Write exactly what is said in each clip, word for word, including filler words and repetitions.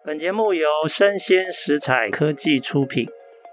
本节目由生鲜食材科技出品。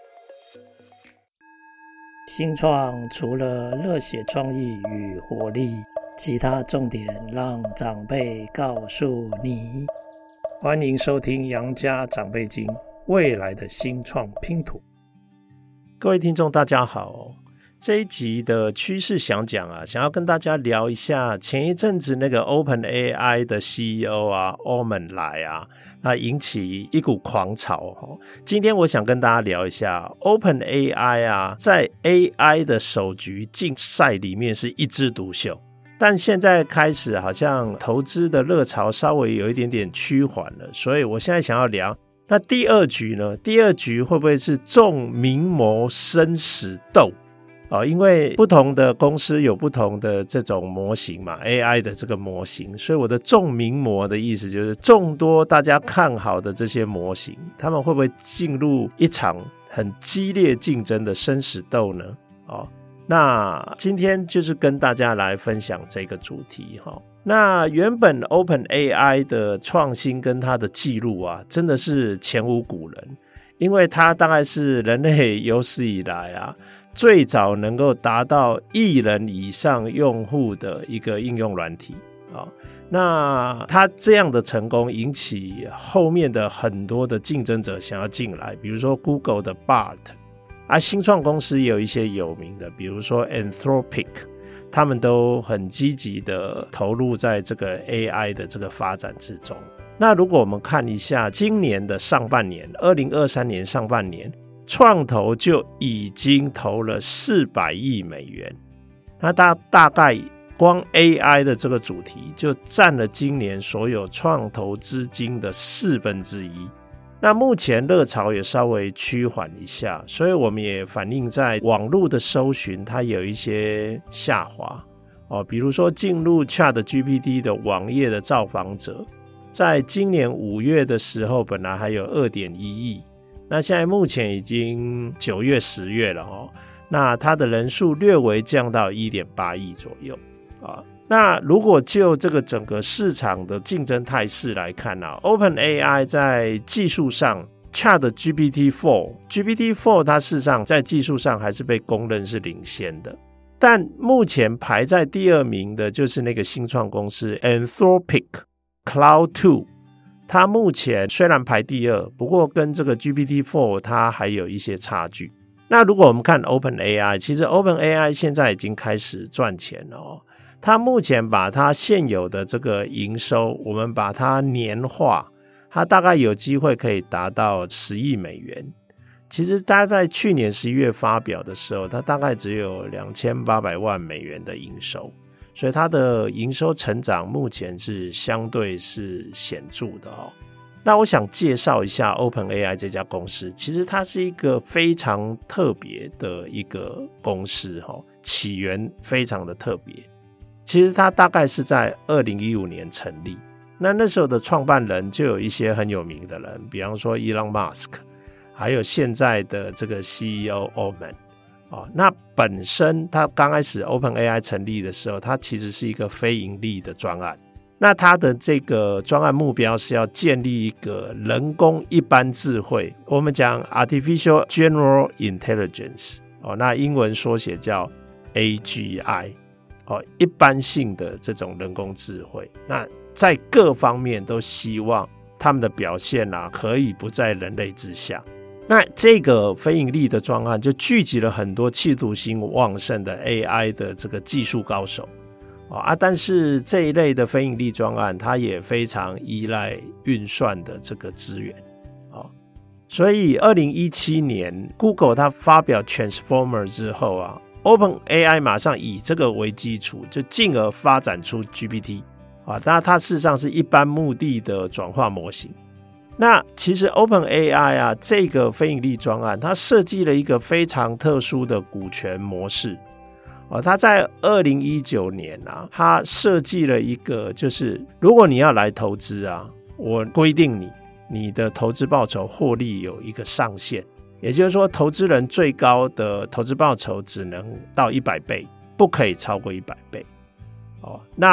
新创除了热血创意与活力，其他重点让长辈告诉你。欢迎收听杨家长辈经，未来的新创拼图。各位听众大家好，这一集的趋势想讲啊，想要跟大家聊一下前一阵子那个 OpenAI 的 C E O 啊 Altman 来啊，那引起一股狂潮。今天我想跟大家聊一下 OpenAI 啊，在 A I 的首局竞赛里面是一枝独秀，但现在开始好像投资的热潮稍微有一点点趋缓了，所以我现在想要聊那第二局呢，第二局会不会是众名模生死斗？哦，因为不同的公司有不同的这种模型嘛 ，A I 的这个模型，所以我的众名模的意思就是众多大家看好的这些模型，他们会不会进入一场很激烈竞争的生死斗呢？哦，那今天就是跟大家来分享这个主题哈。那原本 OpenAI 的创新跟它的记录啊，真的是前无古人，因为它大概是人类有史以来啊最早能够达到亿人以上用户的一个应用软体。哦，那它这样的成功引起后面的很多的竞争者想要进来，比如说 Google 的 Bard 啊，新创公司也有一些有名的，比如说 Anthropic， 他们都很积极的投入在这个 A I 的这个发展之中。那如果我们看一下今年的上半年二零二三年上半年，创投就已经投了四百亿美元，那大大概光 A I 的这个主题就占了今年所有创投资金的四分之一。那目前热潮也稍微趋缓一下，所以我们也反映在网络的搜寻它有一些下滑。哦，比如说进入 ChatGPT 的网页的造访者，在今年五月的时候本来还有 二点一亿，那现在目前已经九月十月了哦，那它的人数略微降到 一点八亿左右啊。那如果就这个整个市场的竞争态势来看啊 ，OpenAI 在技术上 ChatGPT 四 G P T 四 它事实上在技术上还是被公认是领先的，但目前排在第二名的就是那个新创公司 Anthropic Cloud 二，它目前虽然排第二，不过跟这个 G P T 四 它还有一些差距。那如果我们看 OpenAI， 其实 OpenAI 现在已经开始赚钱了哦。它目前把它现有的这个营收，我们把它年化，它大概有机会可以达到十亿美元。其实它在去年十一月发表的时候，它大概只有两千八百万美元的营收。所以它的营收成长目前是相对是显著的哦。那我想介绍一下 OpenAI 这家公司，其实它是一个非常特别的一个公司哦，起源非常的特别。其实它大概是在二零一五年成立，那那时候的创办人就有一些很有名的人，比方说 Elon Musk， 还有现在的这个 C E O Altman。哦，那本身它刚开始 OpenAI 成立的时候，它其实是一个非盈利的专案。那它的这个专案目标是要建立一个人工一般智慧，我们讲 Artificial General Intelligence， 哦，那英文缩写叫 A G I， 哦，一般性的这种人工智慧。那在各方面都希望他们的表现啊，可以不在人类之下。那这个非盈利的专案就聚集了很多企图心旺盛的 A I 的这个技术高手啊，但是这一类的非盈利专案它也非常依赖运算的这个资源啊，所以二零一七年 Google 它发表 Transformer 之后啊 OpenAI 马上以这个为基础，就进而发展出 G P T 啊，那它事实上是一般目的的转化模型。那其实 OpenAI 啊，这个非盈利专案，它设计了一个非常特殊的股权模式。哦，它在二零一九年啊，它设计了一个，就是如果你要来投资啊，我规定你，你的投资报酬获利有一个上限，也就是说，投资人最高的投资报酬只能到一百倍，不可以超过一百倍。哦，那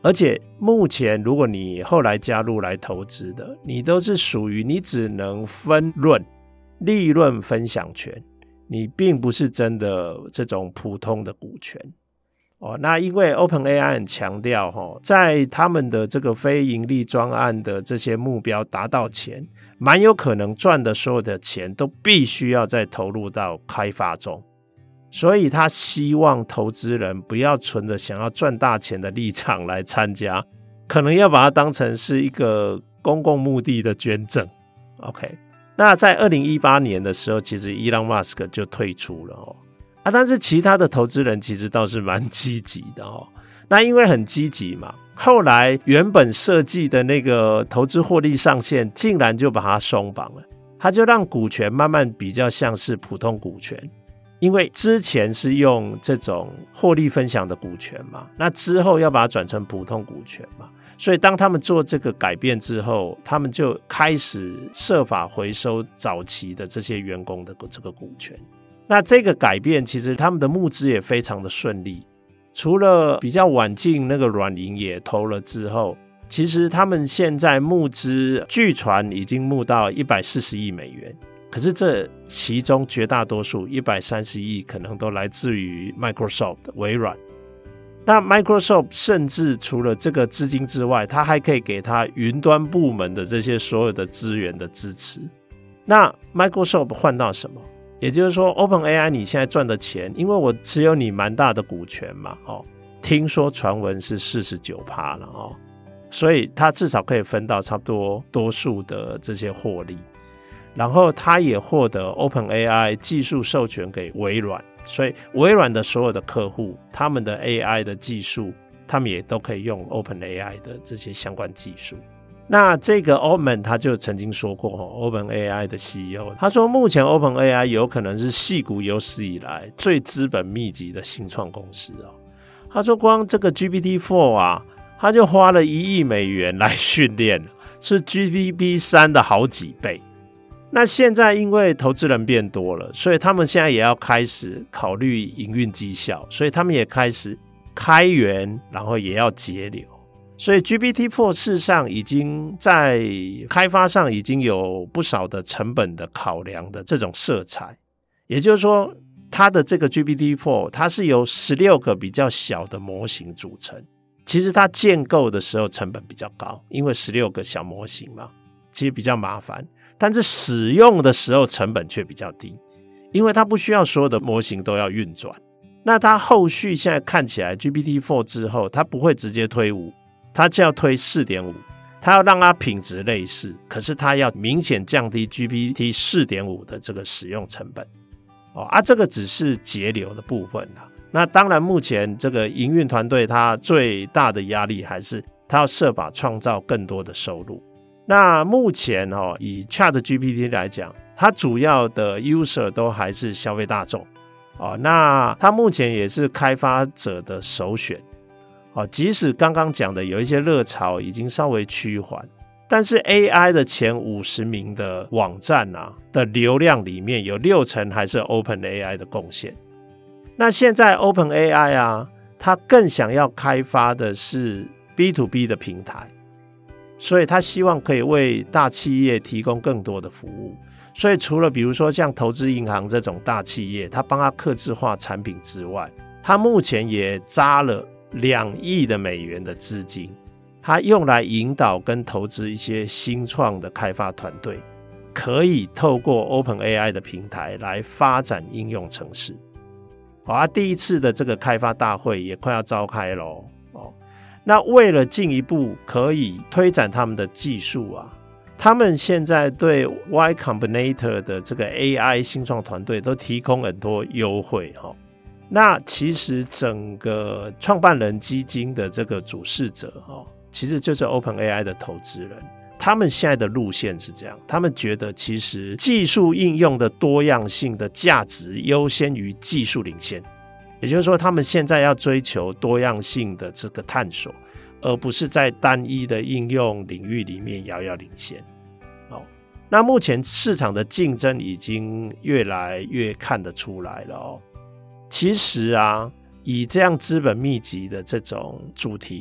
而且目前如果你后来加入来投资的，你都是属于你只能分润利润分享权，你并不是真的这种普通的股权。哦，那因为 OpenAI 很强调、哦、在他们的这个非盈利专案的这些目标达到前，蛮有可能赚的所有的钱都必须要再投入到开发中，所以他希望投资人不要存着想要赚大钱的立场来参加，可能要把它当成是一个公共目的的捐赠。 OK， 那在二零一八年的时候，其实 Elon Musk 就退出了哦啊，但是其他的投资人其实倒是蛮积极的哦。那因为很积极嘛，后来原本设计的那个投资获利上限竟然就把它松绑了，它就让股权慢慢比较像是普通股权，因为之前是用这种获利分享的股权嘛，那之后要把它转成普通股权嘛，所以当他们做这个改变之后，他们就开始设法回收早期的这些员工的这个股权。那这个改变其实他们的募资也非常的顺利，除了比较晚进那个软银也投了之后，其实他们现在募资据传已经募到一百四十亿美元，可是这其中绝大多数一百三十亿可能都来自于 Microsoft 微软。那 Microsoft 甚至除了这个资金之外，它还可以给它云端部门的这些所有的资源的支持。那 Microsoft 换到什么？也就是说 OpenAI 你现在赚的钱，因为我持有你蛮大的股权嘛，哦，听说传闻是 百分之四十九 了哦，所以它至少可以分到差不多多数的这些获利。然后它也获得 OpenAI 技术授权给微软，所以微软的所有的客户，他们的 A I 的技术，他们也都可以用 OpenAI 的这些相关技术。那这个 Altman 他就曾经说过、哦、OpenAI 的 C E O 他说目前 OpenAI 有可能是矽谷有史以来最资本密集的新创公司、哦、他说光这个 G P T 四 啊，他就花了一亿美元来训练，是 G P T 三 的好几倍。那现在因为投资人变多了，所以他们现在也要开始考虑营运绩效，所以他们也开始开源，然后也要节流。所以 G P T 四 事实上已经在开发上已经有不少的成本的考量的这种色彩，也就是说它的这个 G P T 四 它是由十六个比较小的模型组成，其实它建构的时候成本比较高，因为十六个小模型嘛，其实比较麻烦，但是使用的时候成本却比较低，因为它不需要所有的模型都要运转。那它后续现在看起来 G P T 四 之后，它不会直接推五，它就要推 四点五， 它要让它品质类似，可是它要明显降低 G P T 四点五 的这个使用成本、哦、啊，这个只是节流的部分啦。那当然目前这个营运团队它最大的压力还是它要设法创造更多的收入。那目前、哦、以 ChatGPT 来讲，它主要的 user 都还是消费大众、哦、那它目前也是开发者的首选、哦、即使刚刚讲的有一些热潮已经稍微趋缓，但是 A I 的前五十名的网站啊的流量里面有六成还是 OpenAI 的贡献。那现在 OpenAI 啊，它更想要开发的是 B to B 的平台，所以他希望可以为大企业提供更多的服务。所以除了比如说像投资银行这种大企业，他帮他客制化产品之外，他目前也扎了两亿的美元的资金，他用来引导跟投资一些新创的开发团队，可以透过 OpenAI 的平台来发展应用程式。好啊，第一次的这个开发大会也快要召开咯、哦、那为了进一步可以推展他们的技术啊，他们现在对 Y Combinator 的这个 A I 新创团队都提供很多优惠、哦、那其实整个创办人基金的这个主事者、哦、其实就是 OpenAI 的投资人。他们现在的路线是这样，他们觉得其实技术应用的多样性的价值优先于技术领先，也就是说他们现在要追求多样性的这个探索，而不是在单一的应用领域里面遥遥领先、哦、那目前市场的竞争已经越来越看得出来了、哦、其实啊，以这样资本密集的这种主题，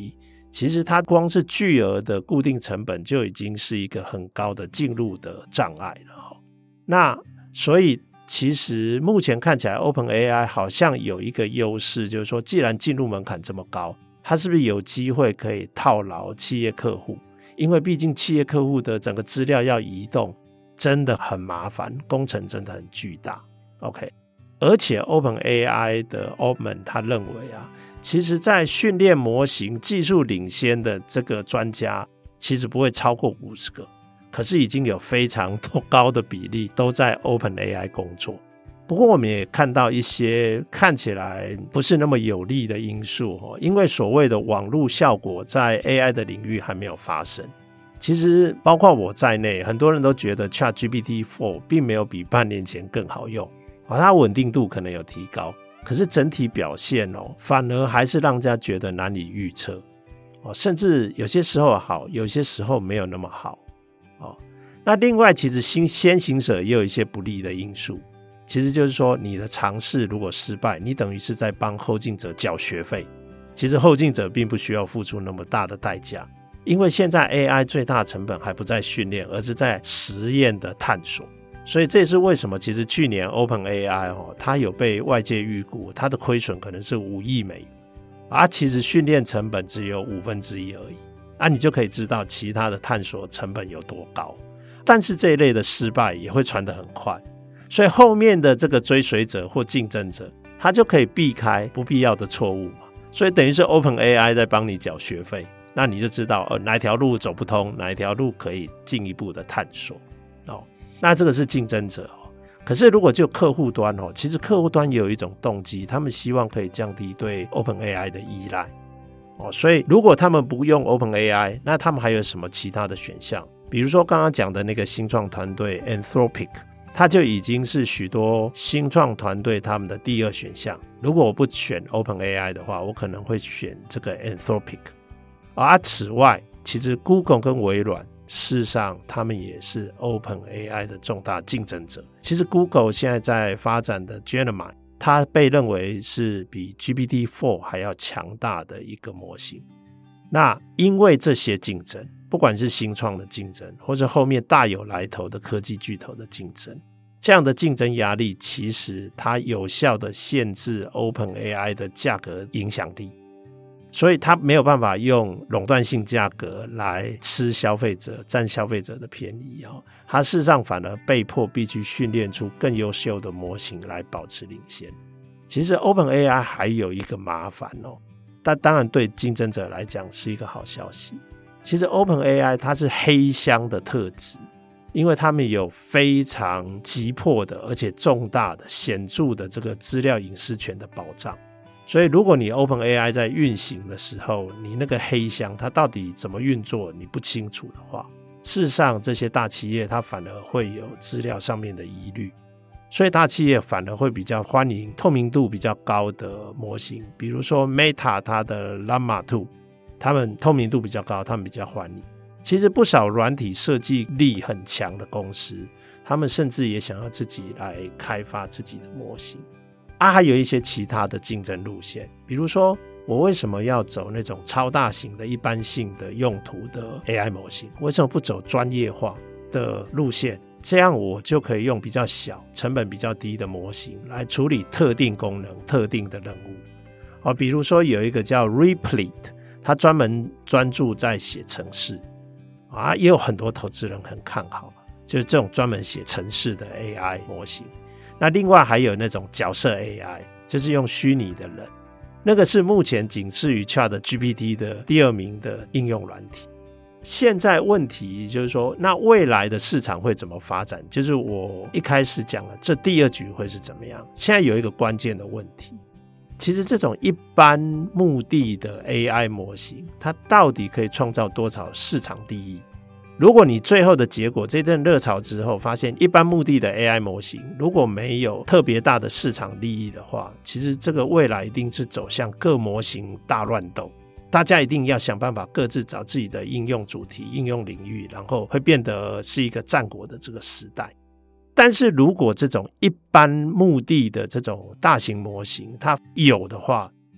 其实它光是巨额的固定成本就已经是一个很高的进入的障碍了。那所以其实目前看起来 OpenAI 好像有一个优势，就是说既然进入门槛这么高，它是不是有机会可以套牢企业客户？因为毕竟企业客户的整个资料要移动真的很麻烦，工程真的很巨大。 OK， 而且 OpenAI 的 Altman 他认为啊，其实在训练模型技术领先的这个专家其实不会超过五十个，可是已经有非常多高的比例都在 OpenAI 工作。不过我们也看到一些看起来不是那么有利的因素，因为所谓的网络效果在 A I 的领域还没有发生。其实包括我在内，很多人都觉得 ChatGPT 四 并没有比半年前更好用，它稳定度可能有提高，可是整体表现哦，反而还是让人家觉得难以预测，甚至有些时候好，有些时候没有那么好。那另外其实先行者也有一些不利的因素，其实就是说你的尝试如果失败，你等于是在帮后进者缴学费，其实后进者并不需要付出那么大的代价，因为现在 A I 最大的成本还不在训练，而是在实验的探索。所以这也是为什么其实去年 OpenAI、哦、它有被外界预估它的亏损可能是五亿美元，而其实训练成本只有五分之一而已，啊，你就可以知道其他的探索成本有多高。但是这一类的失败也会传得很快，所以后面的这个追随者或竞争者他就可以避开不必要的错误嘛。所以等于是 OpenAI 在帮你缴学费，那你就知道、呃、哪一条路走不通，哪一条路可以进一步的探索、哦、那这个是竞争者、哦、可是如果就客户端、哦、其实客户端也有一种动机，他们希望可以降低对 OpenAI 的依赖、哦、所以如果他们不用 OpenAI， 那他们还有什么其他的选项？比如说刚刚讲的那个新创团队 Anthropic， 它就已经是许多新创团队他们的第二选项。如果我不选 OpenAI 的话，我可能会选这个 Anthropic。而此外，其实 Google 跟微软事实上他们也是 OpenAI 的重大竞争者。其实 Google 现在在发展的 Gemini， 它被认为是比 G P T 四 还要强大的一个模型。那因为这些竞争，不管是新创的竞争，或者后面大有来头的科技巨头的竞争，这样的竞争压力其实它有效的限制 OpenAI 的价格影响力，所以它没有办法用垄断性价格来吃消费者，占消费者的便宜、哦、它事实上反而被迫必须训练出更优秀的模型来保持领先。其实 OpenAI 还有一个麻烦哦，但当然对竞争者来讲是一个好消息。其实 OpenAI 它是黑箱的特质，因为他们有非常急迫的而且重大的显著的这个资料隐私权的保障。所以如果你 OpenAI 在运行的时候，你那个黑箱它到底怎么运作你不清楚的话，事实上这些大企业它反而会有资料上面的疑虑，所以大企业反而会比较欢迎透明度比较高的模型。比如说 Meta 它的 Llama 二，他们透明度比较高，他们比较欢迎。其实不少软体设计力很强的公司，他们甚至也想要自己来开发自己的模型啊。还有一些其他的竞争路线，比如说我为什么要走那种超大型的一般性的用途的 A I 模型，为什么不走专业化的路线？这样我就可以用比较小成本比较低的模型来处理特定功能特定的任务、啊、比如说有一个叫 Replit，他专门专注在写程式啊，也有很多投资人很看好，就是这种专门写程式的 A I 模型。那另外还有那种角色 A I， 就是用虚拟的人，那个是目前仅次于 ChatGPT 的第二名的应用软体。现在问题就是说，那未来的市场会怎么发展？就是我一开始讲了，这第二局会是怎么样？现在有一个关键的问题，其实这种一般目的的 A I 模型，它到底可以创造多少市场利益？如果你最后的结果，这阵热潮之后发现一般目的的 A I 模型如果没有特别大的市场利益的话，其实这个未来一定是走向各模型大乱斗，大家一定要想办法各自找自己的应用主题、应用领域，然后会变得是一个战国的这个时代。但是如果这种一般目的的这种大型模型它有的话，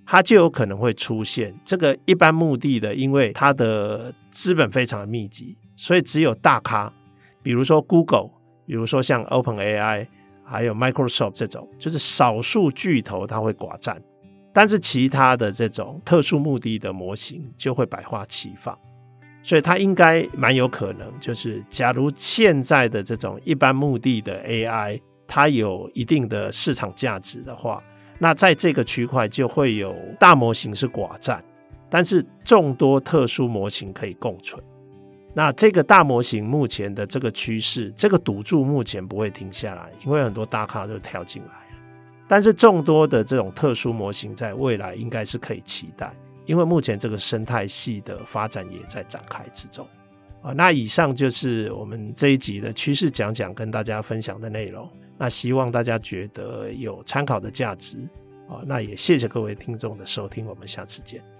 它就有可能会出现这个一般目的的，因为它的资本非常的密集，所以只有大咖，比如说 Google， 比如说像 OpenAI 还有 Microsoft 这种，就是少数巨头它会寡占，但是其他的这种特殊目的的模型就会百花齐放。所以它应该蛮有可能，就是假如现在的这种一般目的的 A I 它有一定的市场价值的话，那在这个区块就会有大模型是寡占，但是众多特殊模型可以共存。那这个大模型目前的这个趋势，这个赌注目前不会停下来，因为很多大咖都跳进来了。但是众多的这种特殊模型在未来应该是可以期待，因为目前这个生态系的发展也在展开之中。啊，那以上就是我们这一集的趋势讲讲跟大家分享的内容。那希望大家觉得有参考的价值。啊，那也谢谢各位听众的收听，我们下次见。